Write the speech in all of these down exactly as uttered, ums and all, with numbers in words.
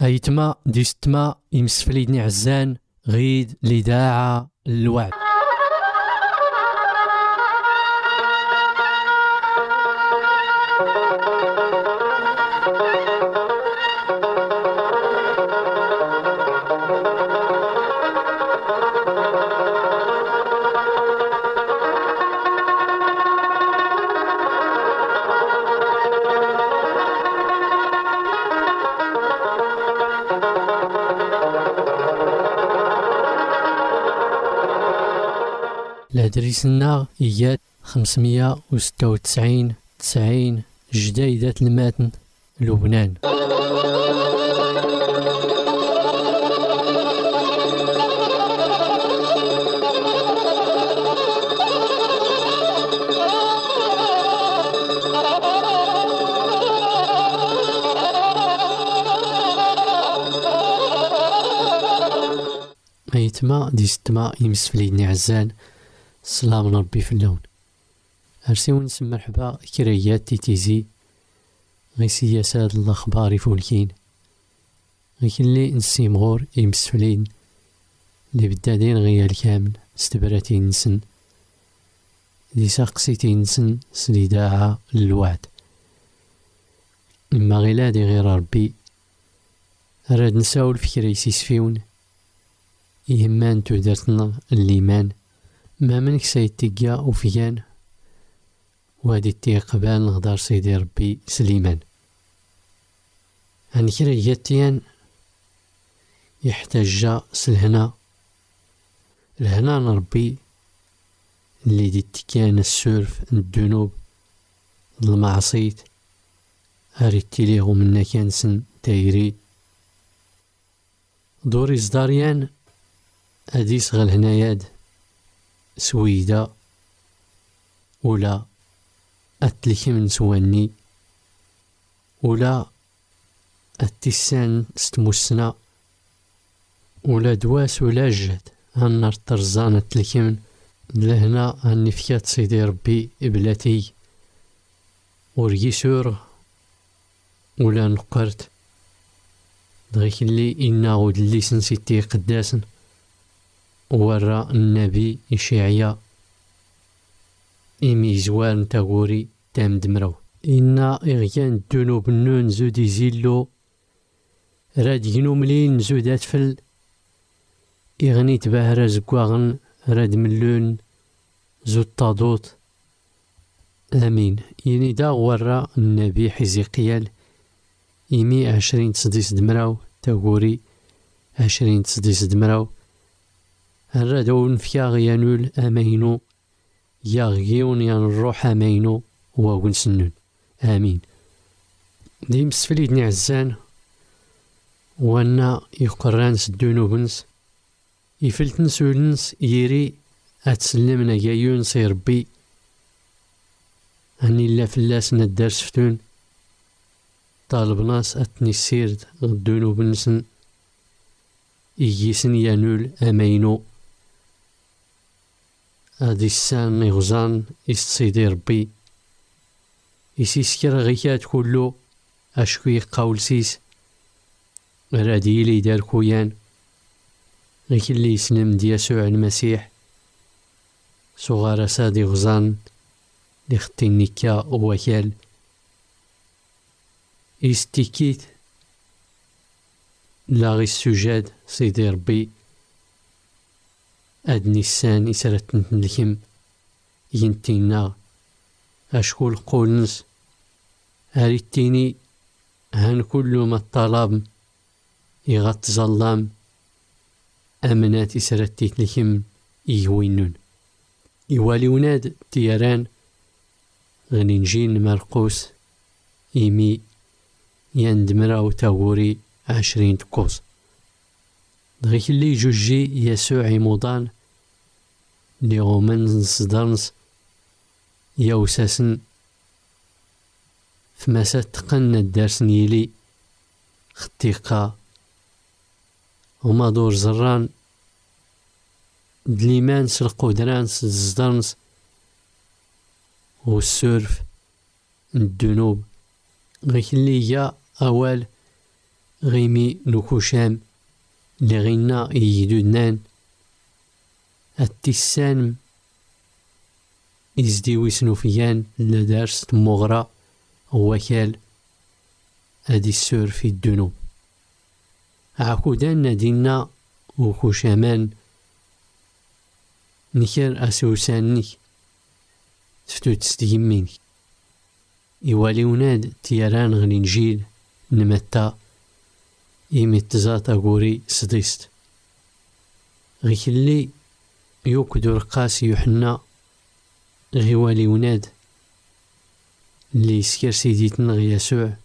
أيتما ديستما يمسفليدني عزان غيد لداعة الوعد. الهدريسنا إيات خمسمية وستة وتسعين تسعين جديدة الماتن لبنان. أيتما ديستما يمسفليدني عزان سلام ربي في اللون. أرسيو نسمى مرحبا كريات تيتيزي غي سياسات الأخبار يفولكين غي كلي نسيمغور يمسفلين اللي بدادين غيال كامل استبراتين نسن دي ساقسيتين نسن سليداعة الوعد. إما غيلادي غير ربي أراد نساول فكرة يسيسفيون يهمان تودرتنا الليمان ما منك سيتيقيا وفيان وهادي التيقبان نغدار سيدي ربي سليمان. هان كرا ياتيان يحتاج سلهنا الهنا نربي اللي دي تكيان السورف الذنوب المعصيت هاري التليغو منا كانسن تايري دوري زداريان أديس غل هناياد سويدة ولا أتلك من سواني ولا التسان ستموسنا ولا دواس ولا جهد هنر ترزان أتلك من لهنا هنفكات سيدي ربي إبلاتي ورقي سور ولا نقرت دغيك اللي إنا غود اللي سنسيتي قداسن ورا النبي إشعيا إمي زوان تاغوري تام دمرو إنا إغيان الذنوب النون زودي زيلو راد ينو ملين زودات فل إغني تباهرا زكواغن راد ملون زود طادوت آمين. يني دا ورا النبي حزقيال إمي عشرين تسديس دمراو تاغوري عشرين تسديس دمراو الردو نفيا غيانول أمينو يا غيون يا الروح أمينو وغن سنون آمين. دي مسفليدني عزان وانا يقران سدونو بنس يفلتن سولنس يري أتسلمنا جايون سيربي أني لا فلاس ندار سفتون طالب ناس أتني سيرد غدونو بنسن إيسن يانول أمينو هادي السان يغزان يستصيدي ربي يسيسكر غيكات كلو أشكوي قول سيس رادي لي دار كويان غيك اللي يسلم دي يسوع المسيح صغار سادي غزان لختي النكا ووكال يستيكيت لاغي السجاد سيدي ربي أد نيسان إسرت نتنلكم ينتينا أشكول قولنس هاريتيني هان كل ما الطلب يغط ظلام أمنات إسرت تتلكم يهوينون يوالي وناد تياران غني نجين مرقوس إيمي يندمراو تاغوري عشرين تقوس دغيك اللي جوجي يسوع يموضان لي غومن صدرنس يوساسن فماسا تقن الدارس نيلي خطيقة هما دور زران دليمان سالقدران سالزدرنس والسرف الذنوب غيك اللي هي أوال غيمي نوكوشام لغينا يدودنان التسان إزديوي سنوفيان لدارس مغرى وكال هادي السور في الدنو عقودان نادينا وكوشامان نكر أسوسانك تفتو تستيمينك إوالي وناد تيران غلينجيل نمتا إيمي تزاتا غوري صديست غيكلي يوكدو رقاس يوحنا غيوالي وناد اللي سكر سيديتنا غي يسوع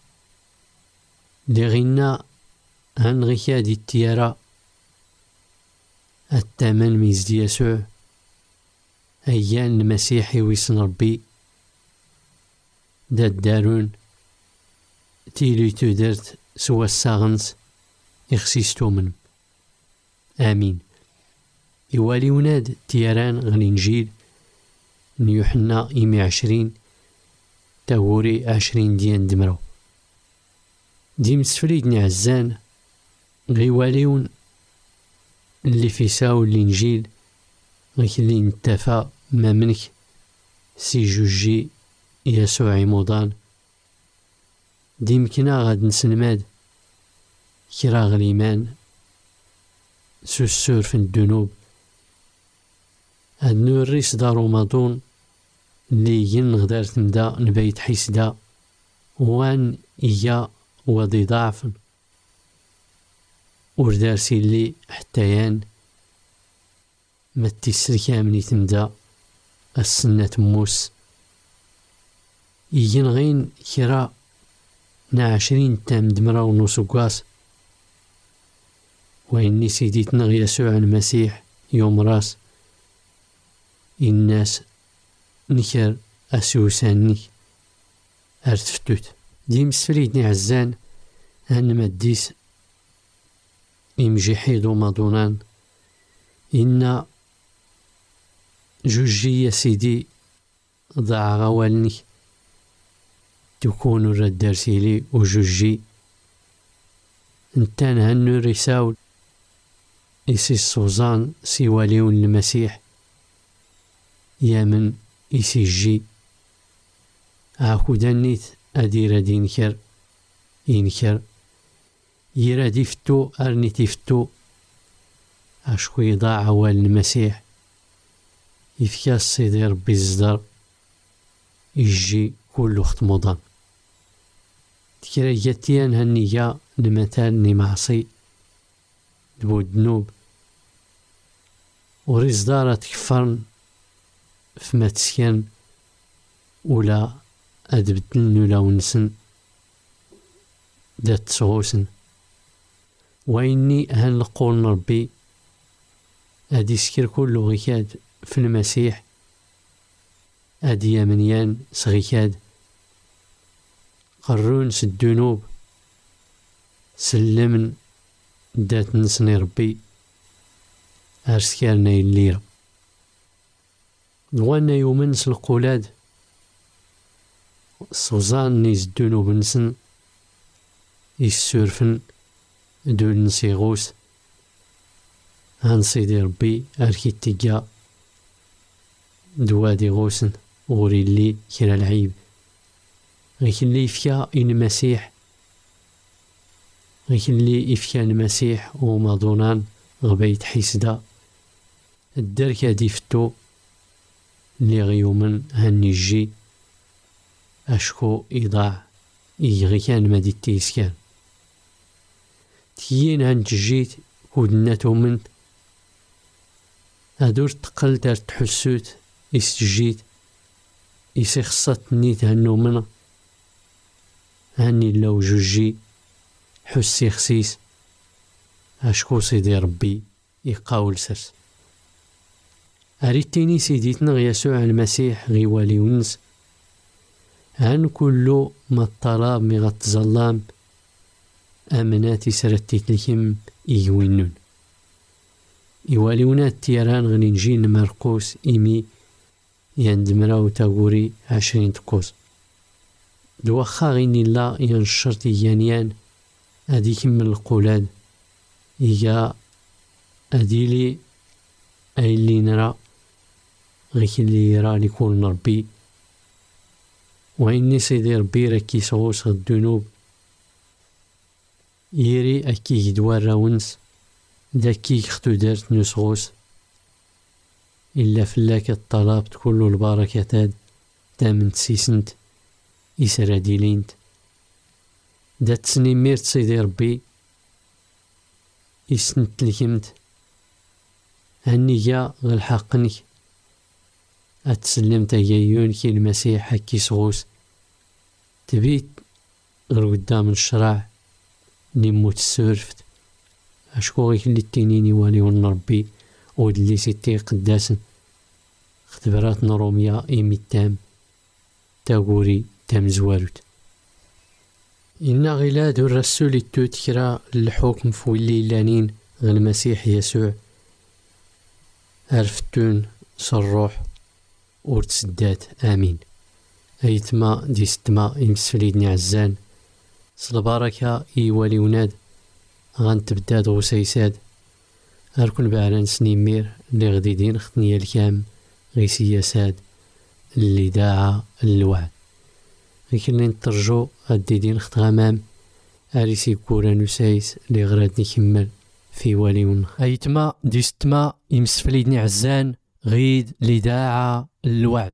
اللي غينا هن غيكادي التيارة التامن ميزدي يسوع أيان المسيحي ويسن ربي داد دارون تيلي تودرت سوا الساغنس إخسيستو من آمين. إوالي وناد تيران غلينجيل نيوحنا إيمي عشرين تاوري عشرين ديان دمرو ديم سفريدني عزان غيواليون اللي في ساو الإنجيل غيكلي نتفا ما منك سي جوجي يسوع عمودان ديمكنا غاد نسلماد كرا غليمان سوسور في الدنوب هاد نوريس دا رمضان اللي ين غدار تمدا نبيت حيسدا وان إيا وضي ضعف وردارسي اللي حتى ما تيسر كامل تمدا السنة موس يجين غين كرا نا عشرين تام دمرا ونص وقاس وإني سيديتنا يسوع المسيح يوم راس الناس نكر أسوساني أرتفتوت ديم سفريدني عزان هن مديس إمجي ومضونان إن جوجي يا سيدي ضاع غوالني تكون الرد دارسيلي وجوجي انتان هنو رساول إسي الصوزان سيواليون المسيح يامن إسي جي عاكو دانيت أدير دينكر إنكر يرا ديفتو أرني تفتو أشكو يضاع عوال المسيح يفكاس سيدي ربي الزدر يجي كل وقت مضان تكرا جاتيان هنيا نمتان نمعصي دبو الدنوب وريز دارة تكفرن فما تسكن ولا أدبتن ولا ونسن دات صغوسن وإني هن لقول ربي أدي سكر كل غيكاد في المسيح أدي يمنيان صغيكاد قرون الدنوب سلمن دات نسني ربي أرسكارنا الليرة دوانا يومن سلقولاد صوزان نيز الدنوب نسن يسورفن دول نسيغوس هان سيدي ربي أركي تيجا دوادي غوسن غوري اللي كرا العيب غيكن لي يفكا إن مسيح غيكن لي يفكا المسيح ومضونان غبيت حيسدا الدركة ديفتو اللي غيومن هنجي أشكو إضاع إيغي كان مادي تيسكان تيين هنجيت كودناتو من هادور تقل دار تحسوت إسجيت إسي خصات نيت هنو منا هاني لو جوجي حسي خسيس أشكو سيدي ربي يقاول سرس أريتيني سيديتنا يسوع المسيح غيوالي ونس هان كلو ما الطلاب مي غتظلام أمناتي سرتيت لكم إيوينون إيواليونات تيران غنينجين مرقوس إيمي يندمراو تاغوري عشرين تقوس دوخا غيني لا ينشرتي يانيان أدي كمل القولاد إيجا أديلي أي اللي نرى غير اللي يرى لكل ربي وإني سيدي ربي ركي صغوص الذنوب يري أكي دوار راونس داكي خطو دارت نسغوس إلا فلاك الطلب كل البركات تامن تسيسنت إسرا ديلينت دات سني ميرت سيدي ربي إسنت لكمت هني جا غالحقنك أتسلمت أيون كي المسيح هكي صغوس تبيت غير قدام الشرع نموت السرفت أشكو غيك اللي تينيني والي ونربي ود اللي سيتي قداسن اختبارات نروميا إيمي تام تاغوري تام زواروت إن غلاد الرسول التوتكرا الحكم فولي لانين غير المسيح يسوع عرفتون صروح ورتسدات آمين أيتما ديستما يمسفليدني عزان صلباركا إيوالي وناد غنتبداد غسيساد هاركون بعران سنيمير اللي غديدين ختنيا الكام غي سياساد اللي داعا الوعد غيكلي نترجو غديدين خت غمام أريسي كورا نسايس اللي غراد نكمل في واليون أيتما ديستما يمسفليدني عزان غيد اللي داعا الوعد.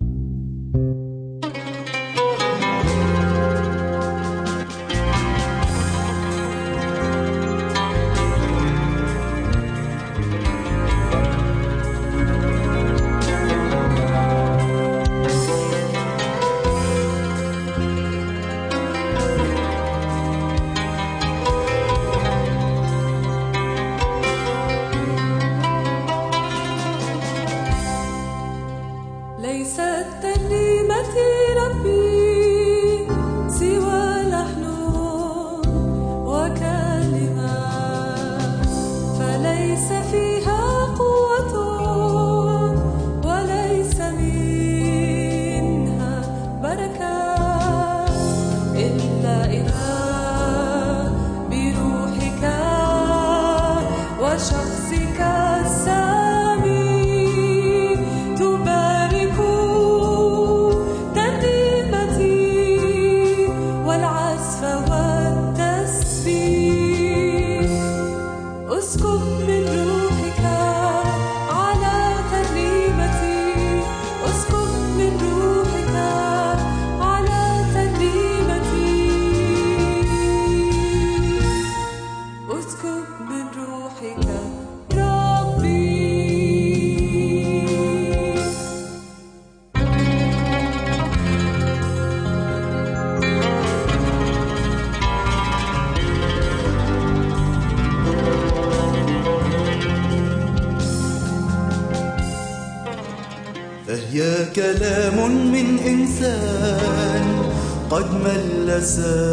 فهي كلام من إنسان قد مل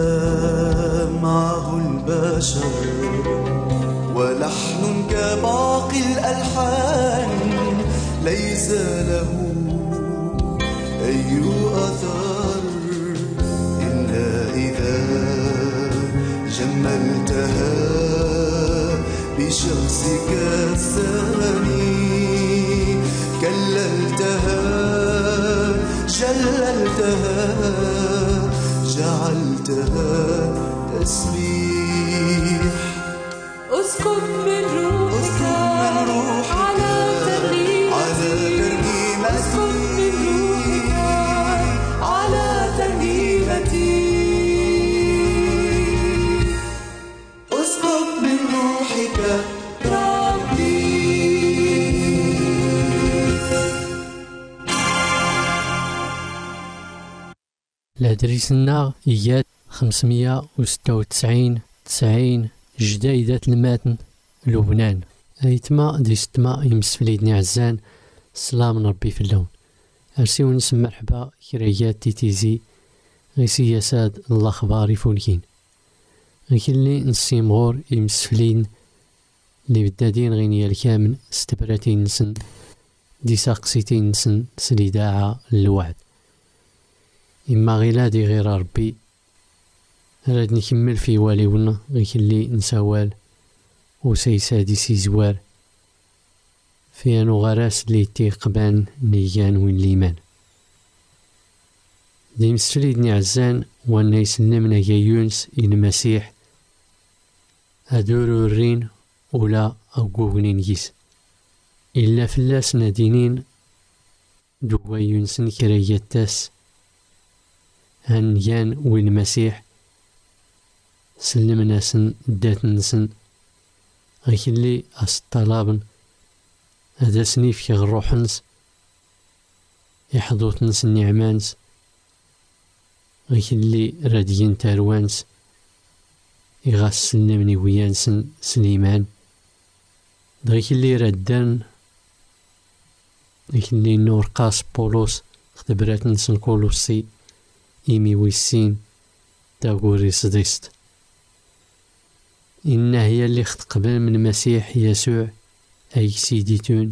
سمعه البشر ولحن كباقي الألحان ليس له أي أثر إلا إذا جملتها بشخصك الثاني كللتها جللتها جعلتها تسبيح. اسكب من روحك على ترنيمتي اسكب من روحك على ترنيمتي اسكب من روحك الأدريسنا إيات خمسمية وستة وتسعين تسعين جدايدة الماتن لبنان. أيتما ديستما يمسفليدني عزان السلام ربي في اللون أرسيو نسم مرحبا كريات تيتيزي غي سياسات الأخبار فولكين غيكلي نسيم غور يمسفلين اللي بدادين غينيا الكامن استبراتين نسن دي ساقسيتين نسن سليداعة الوعد إما غيلادي غير ربي راد نكمل في واليونا غيكلي نسوال وسيسادي سي زوار في انو غراس لي تيقبان نيجان وين ليمان دي مستريدني عزان وانا يسلمنا يا يونس المسيح هدورو الرين ولا أوقوغني نجيس إلا فلاس نادينين دوا يونسن كريتاس هنيان والمسيح سلمنا سن دات نسن غيكلي أسطلابن هذا سنيف كي غروحنس يحضوت نس النعمانس غيكلي راديين تاروانس يغاس سلمني ويانسن سليمان غيكلي ردان غيكلي نور قاس بولوس خدبرات نسن كولوسي إيمي ويسين تاغوري صديست إن هي اللي خطقبل من مسيح يسوع أي سيديتون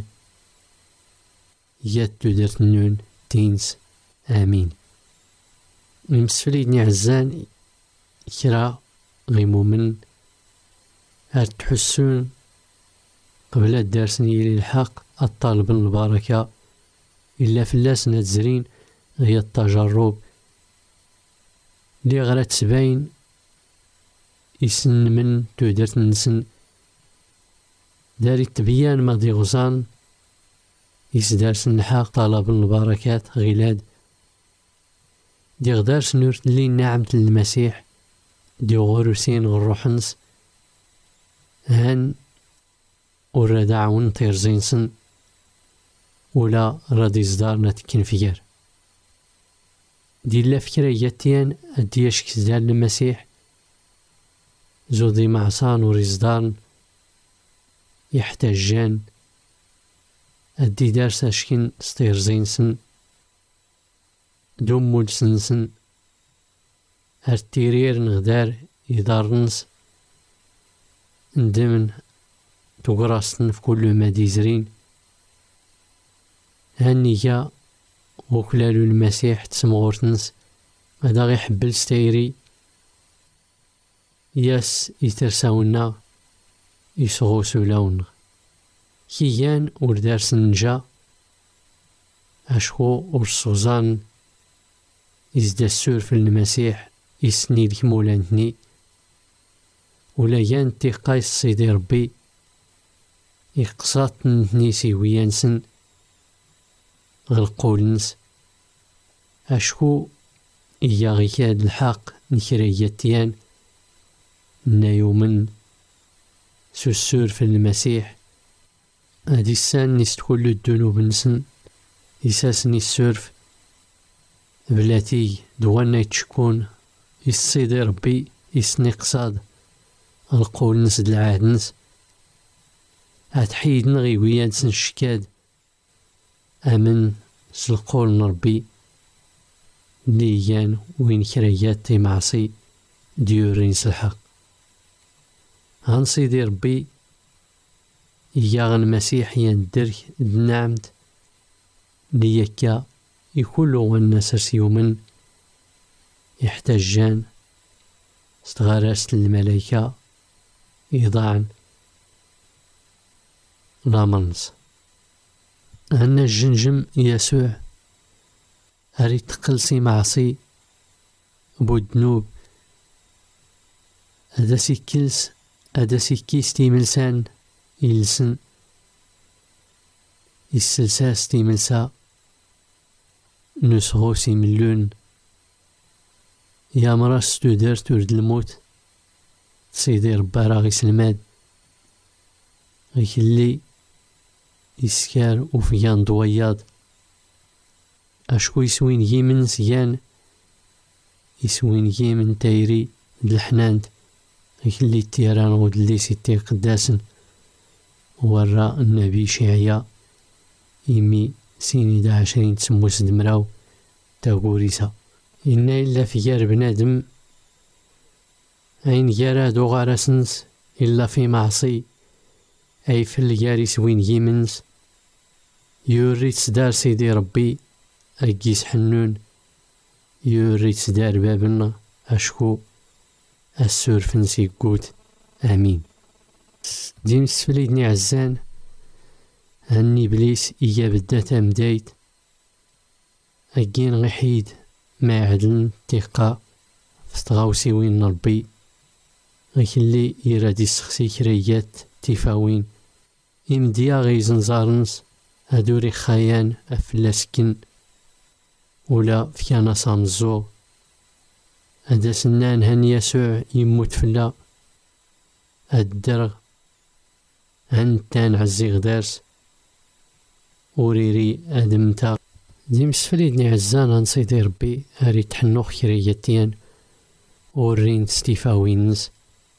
ياتو درتنون تينس آمين المسفليدني عزان كرا غيمو من هاد تحسون قبل الدارسني للحق الطالب البركة إلا فلاس نتزرين هي التجرب لي غرات سباين يسن من تودرت نسن داري التبيان ماضي غزان يسدارس الحق طلب البركات غلاد دي غدارس نورت لي نعمة المسيح دي غروسين غروحنس هان وردعون تيرزينسن ولا رادي زدارنا تكنفير دي لا فكرة ياتيان ادياش كزدار المسيح زودي معصان ورزدان يحتاجان ادي دارس اشكن ستيرزينسن دومول سنسن هالتيرير نغدار يدارنس ندمن تقراصن في كل ما ديزرين هنيا وكلالو المسيح تسمغورتنس هذا غي حبل ستيري ياس يترساونا يسغوسو لون كيان وردارس نجا أشكو ورسوزان إزدا السور في المسيح يسني لك مولانتني ولا يان تيقايس سيدي ربي يقصات نتنيسي ويانسن غلقولنس أشكو إيا غيكاد الحق نكريتيان نايومن سوسور في المسيح هادي السان نست كل الذنوب نسن يساسني السورف بلاتي دوانا يتشكون يسيدي ربي يسني قصاد القول نسد العهد نس هتحيد نغي ويانسن شكاد أمن سلقول نربي ليان وين كريات تي معصي ديورين سلحق هان سيدي ربي ياغن المسيح يندرك النعمت ليكا يكولو والناس رسيومن يحتاجان استغارست الملايكة يضاعن لامنس أن الجنجم يسوع أريد تقلسي معصي بودنوب هذا سيكلس هذا سيكيس تيملسان يلسن السلساس تيملسا نسغوسي ملون يا مراس تودر تورد الموت سيدي ربا راغي سلماد غيكلي يسكار وفيان ضوياض أشكو يسوين يمن سيان يسوين يمن تايري دالحناند غيكلي التيران ودلي سيتي قداسن ورا النبي شعيا يمي سيني دا عشرين تسموس دمراو تاغوريسا إنا إلا في جار بنادم أين جارا دو غارسنس إلا في معصي أي في الجاري سوين يمنس يوريت سدار سيدي ربي أجيس حنون يوريت سدار بابنا أشكو السور فنسي قوت آمين. ديم سفليدني عزان هني بليس إيا بدات مدايت أجين غحيد ما عدلن تيقا فتغاوسي وين ربي غيكلي يرادي سخسي كريات تيفاوين إمديا غيزنزارنس هادوري خايان أفلاسكن ولا فيانا سامزو هدا سنان هن يسوع يموت فلا الدرغ هن تان عزي غدارس وريري أدمتا ديم سفليدني عزان هن سيدي ربي هاري تحنوخ كرياتيان ورين ستيفاوينز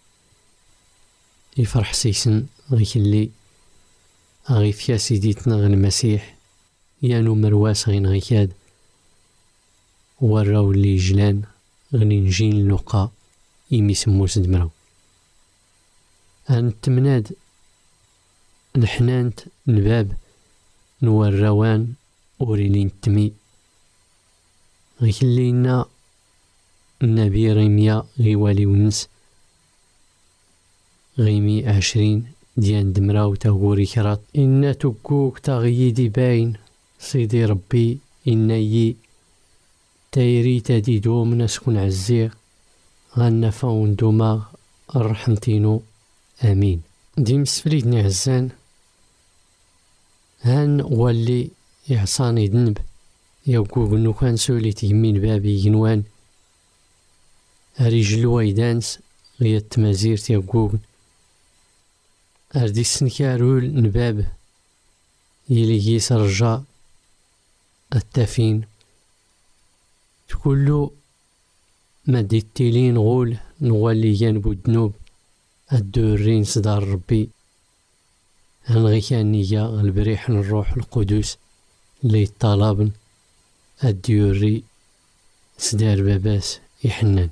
يفرح سيسن غيكلي أغي فيا سيديتنا غن المسيح يانو مرواس غين غيكاد وراو اللي جلان غني نجين لقا إيمي سموس دمراو هان تمناد الحنانت نباب نوراوان وريلين تمي غيكلينا النبي ريميا غيوالي ونس غيمي عشرين ديان دمراو تاغوري كرات إنا تقوك تغييدي باين سيدي ربي إنا يي تايري تادي دوم نسكن عزيغ غانا فاون دوماغ الرحمتينو آمين. ديم سفليدني عزان هان واللي يعصاني ذنب يوقوق نو كان سولي تيمين بابي جنوان رجل ويدانس غيا التمازير تيوقوق أردي سنكارول نباب يلي يسرجا التافين تقولو ما ديتيلين غول نوالي جانبو الدنوب الدورين صدار ربي هنغي كان نيا البريح الروح القدس اللي طلبن الديوري صدار باباس يحنن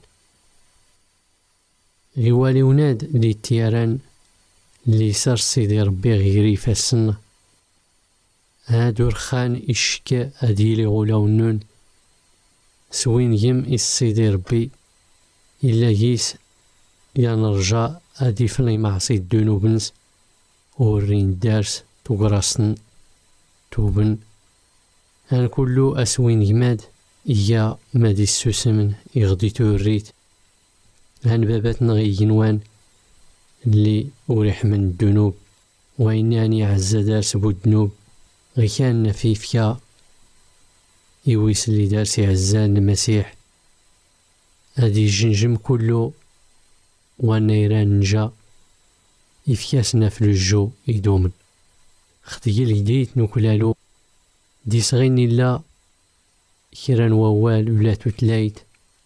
غيوالي وناد لي تيران اللي صار سيدي ربي غيري فاسن هادو رخان إشكا أديلي غولاو النون سوين يم السيدي ربي إلا يس يا نرجع أدي فلي معصي الدنوبنس ورين دارس توقراسن توبن هان كلو أسوين يماد إيا مادي السوسمن يغدي توريت هان باباتنا غي ينوان اللي وريح من الدنوب وإناني عزا دارس بو الدنوب غي كان نفيفيا يويس اللي دارسي عزان المسيح هادي جنجم كله ونيران نجا يفياسنا في الجو يدومن خدي الهديت نوكلالو دي صغيني لا كيران ووال ولا تتلايت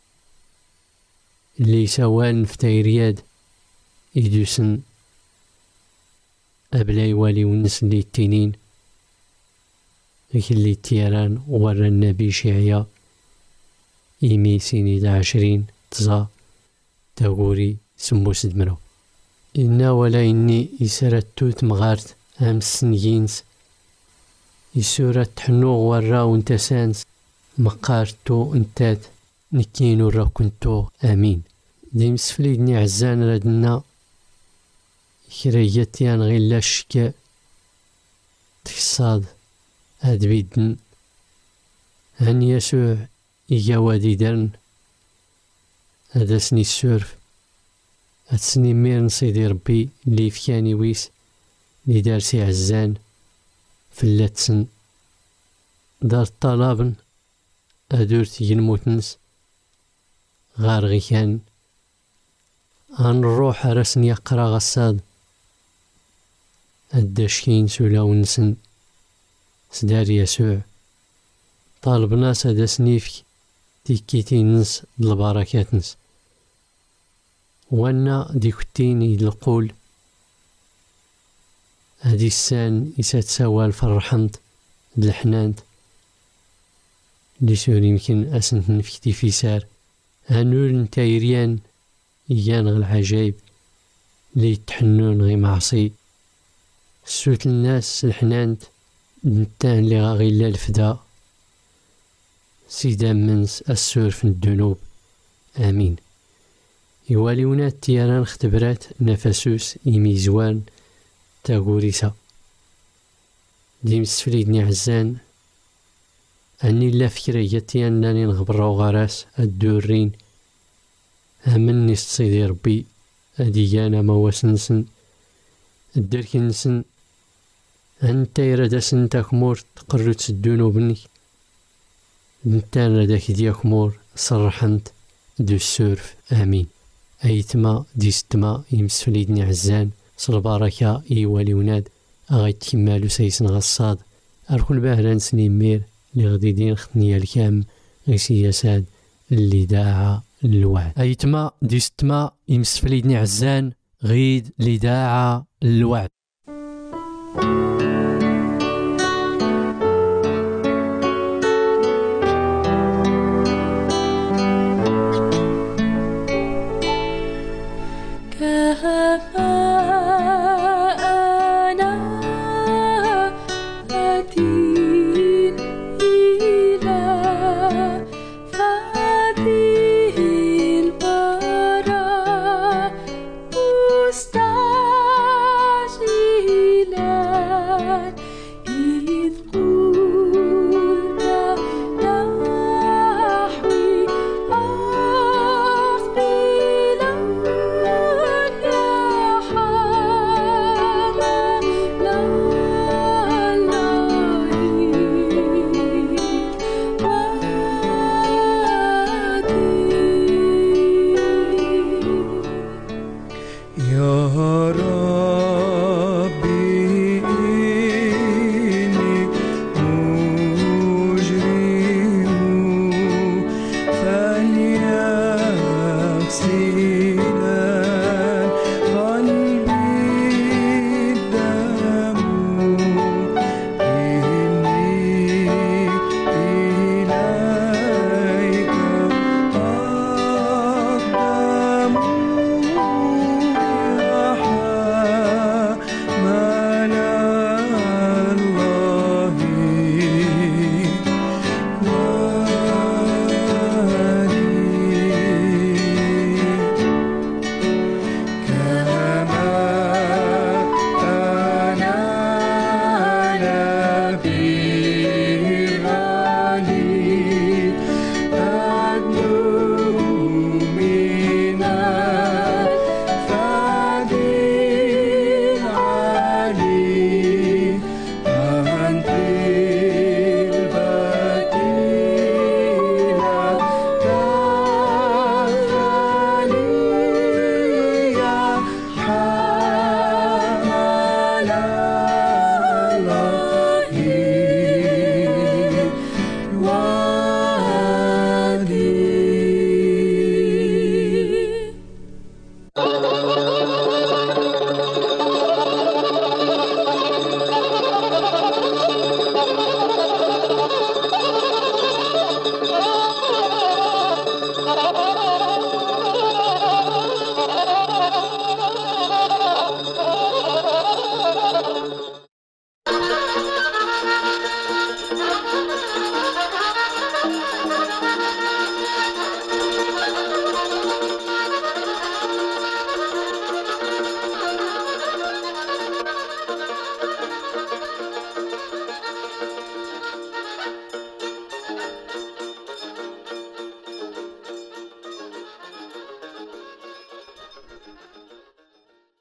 اللي سوال نفتايرياد يدوسن أبلاي والي ونس اللي التنين اللي تيران ورا النبي شيعيا إيمي سيني دا عشرين تزا تاغوري سموس دمرو إنا ولا إني يسرت توت مغارت أمس سنيينس يسورة تحنو ورا ونتسانس مقارتو انتات نكينو راكنتو آمين. ديم سفليدني عزان ردنا كرياتيان غير لا شكا تكصاد هاد بيدن هن يسوع إيا وادي درن هذا سني السورف هاد سني ميرن سيدي ربي اللي فياني ويس اللي دارسي عزان فلاتسن دار طلابن أدورت ينموتنس غار غيكان غنروح راسني يقرا غصاد الداشكين سولاو نسن سدار يسوع طالب ناس هذا سنيفك تيكيتين نس البركات نس وانا ديكتيني القول هادي السان يسات سوال فرحمت الحنانت اللي سوري يمكن أسنت نفكتي في سار هنور نتايريان إيان غ العجايب اللي يتحنون غي معصي سوت الناس الحنانت نتان اللي غا غيلا الفدا سيدا منس السور في الذنوب آمين. يوالي ونات تيران اختبرات نفسوس يميزوان تاغوريسا ديم سفليدني عزان أني لا فكرة أنني نغبرو غراس الدورين أمني سيدي ربي أديانا ما وسنسن الدركنسن أنت يردسن تاكمور تقرر تسدونو بني نتان رداك دياكمور صرحنت دو السورف آمين أيتما ديستما يمسفليدني عزان صلباركا إيوالي وناد أغيت كمالو سيسن غصاد أركل باهران سنيمير لغديدين ختنيا الكام غيسي يساد اللي داعا الوعد أيتما ديستما يمسفليدني عزان غيد اللي داعا الوعد.